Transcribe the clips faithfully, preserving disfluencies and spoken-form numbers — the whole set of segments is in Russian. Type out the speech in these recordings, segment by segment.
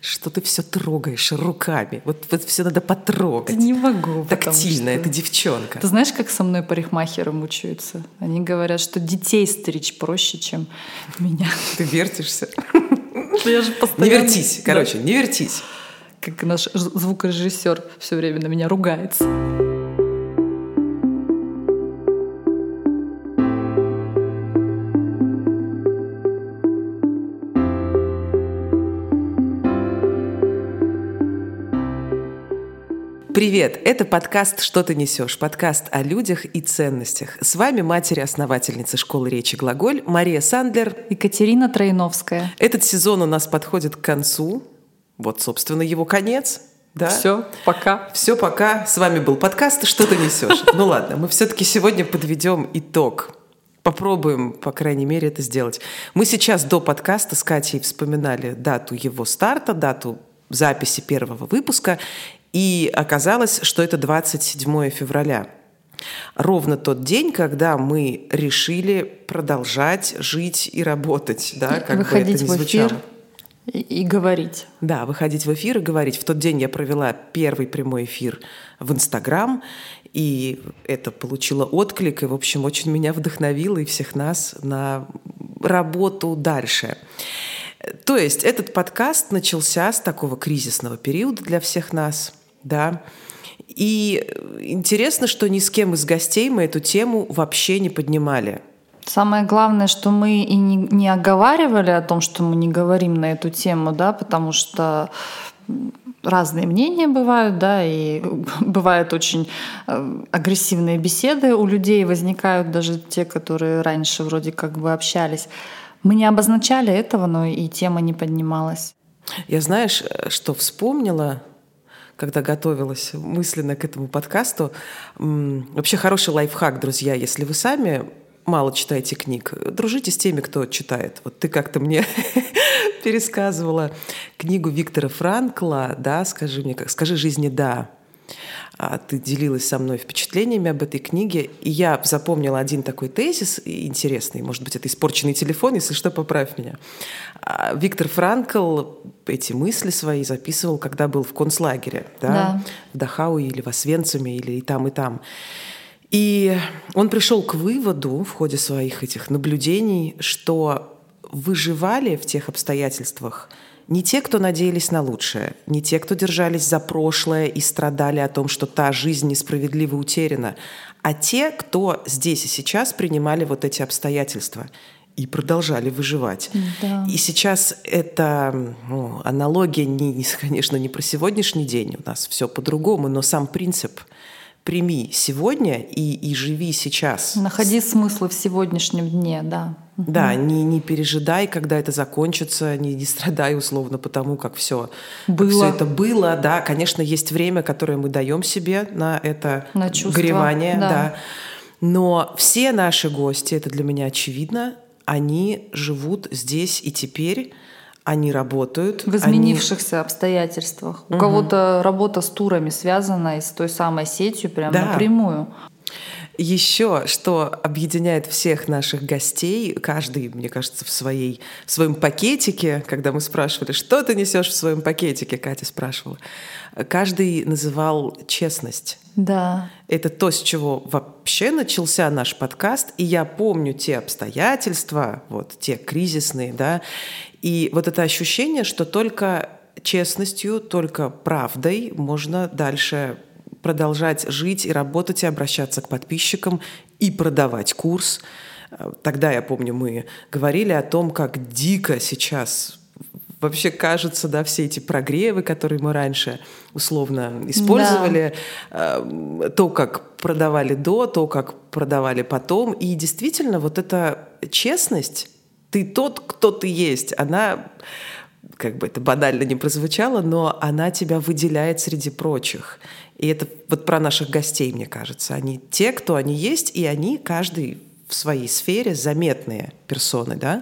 что ты все трогаешь руками. Вот, вот все надо потрогать. Не могу. Тактильно, что... это девчонка. Ты знаешь, как со мной парикмахеры мучаются? Они говорят, что детей стричь проще, чем меня. Ты вертишься. Я же постоянно... Не вертись, короче, не вертись. Как наш звукорежиссер все время на меня ругается. Привет! Это подкаст «Что ты несешь?» Подкаст о людях и ценностях. С вами матери-основательницы школы речи «Глаголь» Мария Сандлер. Екатерина Троиновская. Этот сезон у нас подходит к концу. Вот, собственно, его конец. Да? Все, пока. Все, пока. С вами был подкаст «Что ты несешь?» Ну ладно, мы все-таки сегодня подведем итог. Попробуем, по крайней мере, это сделать. Мы сейчас до подкаста с Катей вспоминали дату его старта, дату записи первого выпуска. И оказалось, что это двадцать седьмое февраля. Ровно тот день, когда мы решили продолжать жить и работать. Да, как выходить бы это ни в звучало. эфир и, и говорить. Да, выходить в эфир и говорить. В тот день я провела первый прямой эфир в Инстаграм, и это получило отклик, и, в общем, очень меня вдохновило и всех нас на работу дальше. То есть этот подкаст начался с такого кризисного периода для всех нас, да. И интересно, что ни с кем из гостей мы эту тему вообще не поднимали. Самое главное, что мы и не, не оговаривали о том, что мы не говорим на эту тему, да, потому что разные мнения бывают, да, и бывают очень агрессивные беседы у людей, возникают даже те, которые раньше вроде как бы общались. Мы не обозначали этого, но и тема не поднималась. Я, знаешь, что вспомнила, когда готовилась мысленно к этому подкасту? Вообще хороший лайфхак, друзья, если вы сами мало читаете книг, дружите с теми, кто читает. Вот ты как-то мне пересказывала книгу Виктора Франкла, да, скажи мне, как, скажи жизни «да». Ты делилась со мной впечатлениями об этой книге, и я запомнила один такой тезис интересный, может быть, это испорченный телефон, если что, поправь меня. Виктор Франкл эти мысли свои записывал, когда был в концлагере, да? Да. В Дахау или в Освенциме, или и там, и там. И он пришел к выводу в ходе своих этих наблюдений, что выживали в тех обстоятельствах не те, кто надеялись на лучшее, не те, кто держались за прошлое и страдали о том, что та жизнь несправедливо утеряна, а те, кто здесь и сейчас принимали вот эти обстоятельства и продолжали выживать. Да. И сейчас это ну, аналогия, не, конечно, не про сегодняшний день, у нас все по-другому, но сам принцип «прими сегодня и, и живи сейчас». Находи смыслы в сегодняшнем дне, да. Да, не, не пережидай, когда это закончится, не, не страдай условно потому, как все, как все это было. Да, конечно, есть время, которое мы даем себе на это на чувства, горевание. Да. Да. Но все наши гости, это для меня очевидно, они живут здесь и теперь, они работают. В изменившихся они... обстоятельствах. У угу. кого-то работа с турами связана и с той самой сетью прям да. напрямую. Еще что объединяет всех наших гостей, каждый, мне кажется, в, своей, в своем пакетике, когда мы спрашивали, что ты несешь в своем пакетике, Катя спрашивала, каждый называл честность. Да. Это то, с чего вообще начался наш подкаст, и я помню те обстоятельства, вот те кризисные, да, и вот это ощущение, что только честностью, только правдой можно дальше продолжать жить и работать, и обращаться к подписчикам, и продавать курс. Тогда, я помню, мы говорили о том, как дико сейчас вообще кажутся, да, все эти прогревы, которые мы раньше условно использовали, да. То, как продавали до, то, как продавали потом. И действительно, вот эта честность, ты тот, кто ты есть, она, как бы это банально не прозвучало, но она тебя выделяет среди прочих. И это вот про наших гостей, мне кажется. Они те, кто они есть, и они, каждый в своей сфере, заметные персоны, да?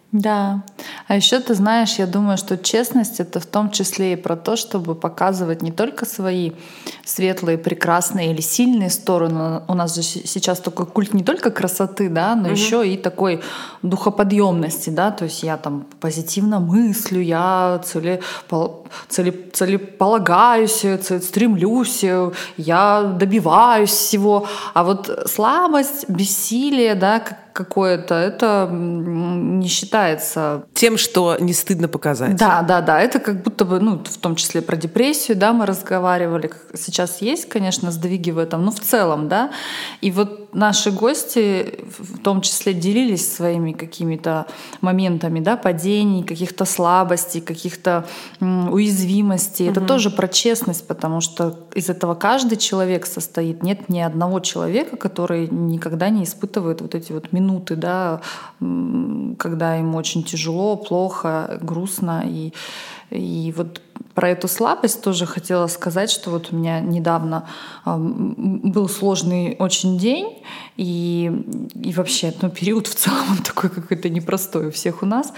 Да. А еще ты знаешь, я думаю, что честность — это в том числе и про то, чтобы показывать не только свои светлые, прекрасные или сильные стороны. У нас же сейчас такой культ не только красоты, да, но угу. еще и такой духоподъемности, да. То есть я там позитивно мыслю, я цели, цели, целеполагаюсь, стремлюсь, я добиваюсь всего. А вот слабость, бессилие, да, какое-то, это не считается тем, что не стыдно показать. Да, да, да. Это как будто бы, ну, в том числе про депрессию, да, мы разговаривали. Сейчас есть, конечно, сдвиги в этом, но в целом, да. И вот наши гости в том числе делились своими какими-то моментами, да, падений, каких-то слабостей, каких-то м, уязвимостей. Угу. Это тоже про честность, потому что из этого каждый человек состоит. Нет ни одного человека, который никогда не испытывает вот эти вот минуты, да, когда ему очень тяжело, плохо, грустно. И, и вот про эту слабость тоже хотела сказать, что вот у меня недавно был сложный очень день, и, и вообще ну, период в целом он такой какой-то непростой у всех у нас.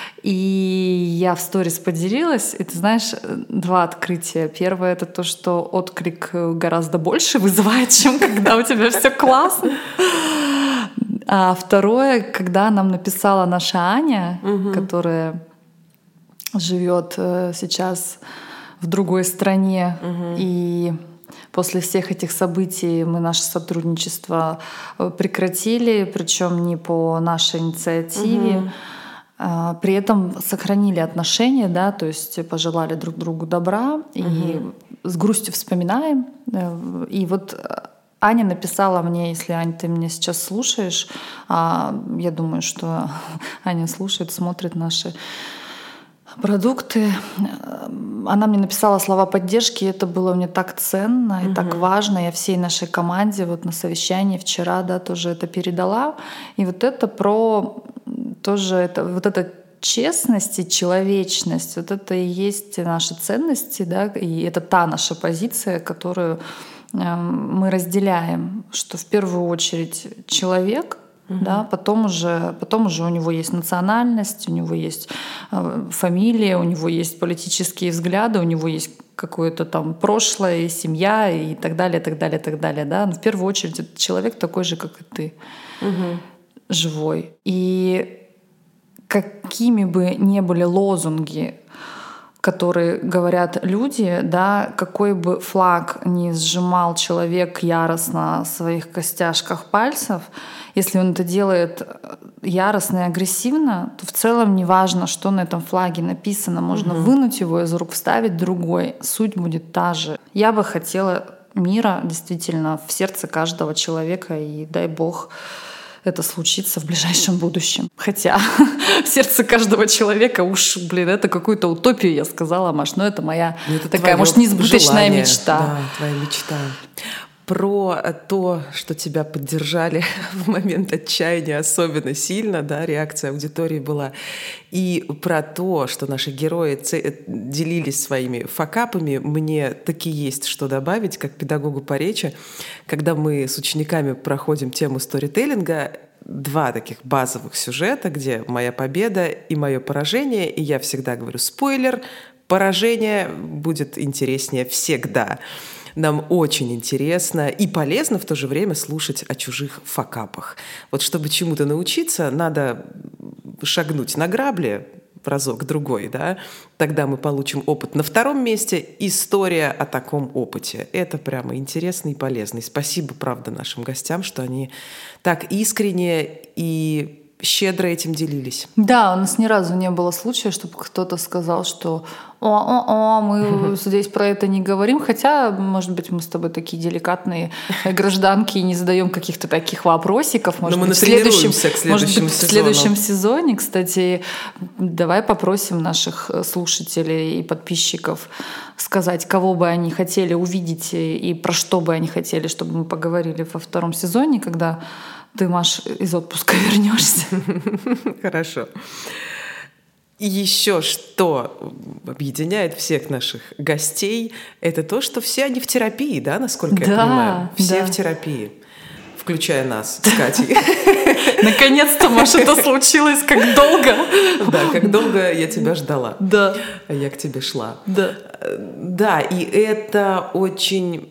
И я в сторис поделилась, и ты знаешь, два открытия. Первое — это то, что отклик гораздо больше вызывает, чем когда у тебя все классно. А второе, когда нам написала наша Аня, угу. которая живет сейчас в другой стране, угу. и после всех этих событий мы наше сотрудничество прекратили, причем не по нашей инициативе. Угу. При этом сохранили отношения, да, то есть пожелали друг другу добра, угу. и с грустью вспоминаем. И вот Аня написала мне, если, Аня, ты меня сейчас слушаешь, я думаю, что Аня слушает, смотрит наши продукты. Она мне написала слова поддержки, и это было мне так ценно и угу. так важно. Я всей нашей команде вот на совещании вчера, да, тоже это передала. И вот это про тоже это, вот эта честность и человечность, вот это и есть наши ценности, да, и это та наша позиция, которую мы разделяем, что в первую очередь человек, угу. да, потом уже, потом уже у него есть национальность, у него есть фамилия, у него есть политические взгляды, у него есть какое-то там прошлое, семья и так далее, так далее, так далее. Да? Но в первую очередь это человек такой же, как и ты, угу. живой. И какими бы ни были лозунги, которые говорят люди, да, какой бы флаг ни сжимал человек яростно в своих костяшках пальцев, если он это делает яростно и агрессивно, то в целом неважно, что на этом флаге написано, можно угу. вынуть его из рук, вставить другой, суть будет та же. Я бы хотела мира действительно в сердце каждого человека, и дай бог это случится в ближайшем будущем. Хотя в сердце каждого человека уж, блин, это какую-то утопию, я сказала, Маш, но это моя ну, это такая, может, несбыточная желание. Мечта. Да, твоя мечта. Про то, что тебя поддержали в момент отчаяния особенно сильно, да, реакция аудитории была, и про то, что наши герои делились своими факапами, мне таки есть что добавить, как педагогу по речи. Когда мы с учениками проходим тему сторителлинга, два таких базовых сюжета, где моя победа и мое поражение, и я всегда говорю спойлер, поражение будет интереснее всегда. Нам очень интересно и полезно в то же время слушать о чужих факапах. Вот чтобы чему-то научиться, надо шагнуть на грабли разок-другой, да? Тогда мы получим опыт на втором месте. История о таком опыте. Это прямо интересно и полезно. И спасибо, правда, нашим гостям, что они так искренне и щедро этим делились. Да, у нас ни разу не было случая, чтобы кто-то сказал, что «О-о-о, мы здесь про это не говорим», хотя, может быть, мы с тобой такие деликатные гражданки и не задаем каких-то таких вопросиков. Может, Но мы быть, в следующем, к следующему может быть, сезону. в следующем сезоне, кстати, давай попросим наших слушателей и подписчиков сказать, кого бы они хотели увидеть и про что бы они хотели, чтобы мы поговорили во втором сезоне, когда ты, Маш, из отпуска вернешься. Хорошо. И еще что объединяет всех наших гостей, это то, что все они в терапии, да, насколько да, я понимаю? Все да. в терапии. включая нас с Катей. Наконец-то, Маша, это случилось. Как долго? Да, как долго я тебя ждала. Да. А я к тебе шла. Да. Да, и это очень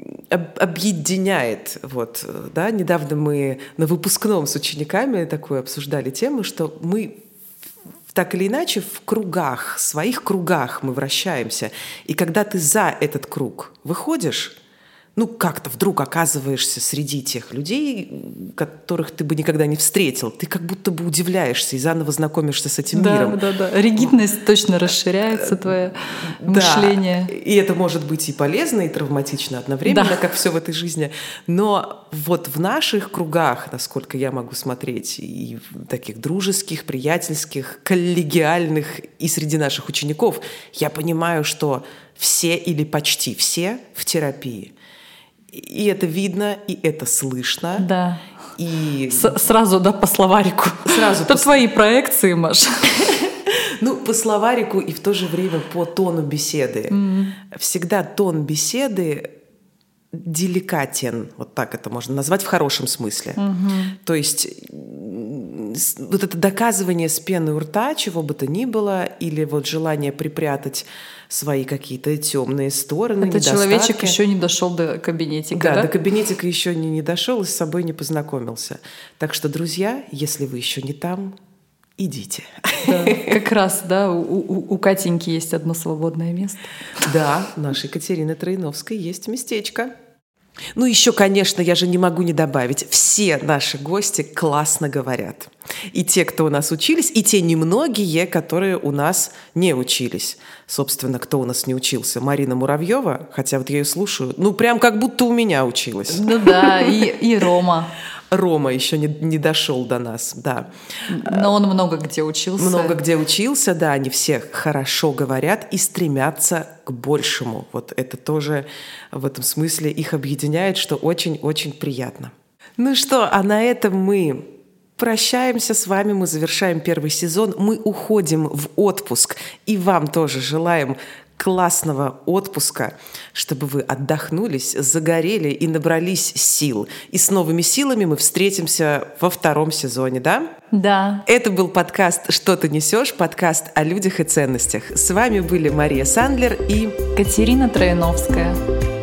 объединяет. Вот, да, недавно мы на выпускном с учениками такое обсуждали тему, что мы так или иначе в кругах, в своих кругах мы вращаемся. И когда ты за этот круг выходишь, ну, как-то вдруг оказываешься среди тех людей, которых ты бы никогда не встретил. Ты как будто бы удивляешься и заново знакомишься с этим да, миром. Да, да, да. Ригидность точно расширяется, твое да. мышление. И это может быть и полезно, и травматично одновременно, да. как все в этой жизни. Но вот в наших кругах, насколько я могу смотреть, и таких дружеских, приятельских, коллегиальных, и среди наших учеников, я понимаю, что все или почти все в терапии. И это видно, и это слышно. Да. И... С- сразу, да, по словарику. Сразу Это по... твои проекции, Маша. Ну, по словарику и в то же время по тону беседы. Mm. Всегда тон беседы деликатен, вот так это можно назвать в хорошем смысле. Mm-hmm. То есть вот это доказывание с пены у рта, чего бы то ни было, или вот желание припрятать свои какие-то темные стороны, это недостатки. Человечек еще не дошел до кабинетика, да? Да, до кабинетика еще не, не дошел и с собой не познакомился. Так что, друзья, если вы еще не там, идите. Да, как раз, да, у, у, у Катеньки есть одно свободное место. Да, у нашей Катерины Троиновской есть местечко. Ну, еще, конечно, я же не могу не добавить, все наши гости классно говорят. И те, кто у нас учились, и те немногие, которые у нас не учились. Собственно, кто у нас не учился? Марина Муравьева, хотя вот я ее слушаю, ну, прям как будто у меня училась. Ну да, и, и Рома. Рома еще не, не дошел до нас, да. Но он много где учился. Много где учился, да, они все хорошо говорят и стремятся к большему. Вот это тоже в этом смысле их объединяет, что очень-очень приятно. Ну что, а на этом мы прощаемся с вами, мы завершаем первый сезон, мы уходим в отпуск, и вам тоже желаем классного отпуска, чтобы вы отдохнулись, загорели и набрались сил. И с новыми силами мы встретимся во втором сезоне, да? Да. Это был подкаст «Что ты несешь?», подкаст о людях и ценностях. С вами были Мария Сандлер и Катерина Троиновская.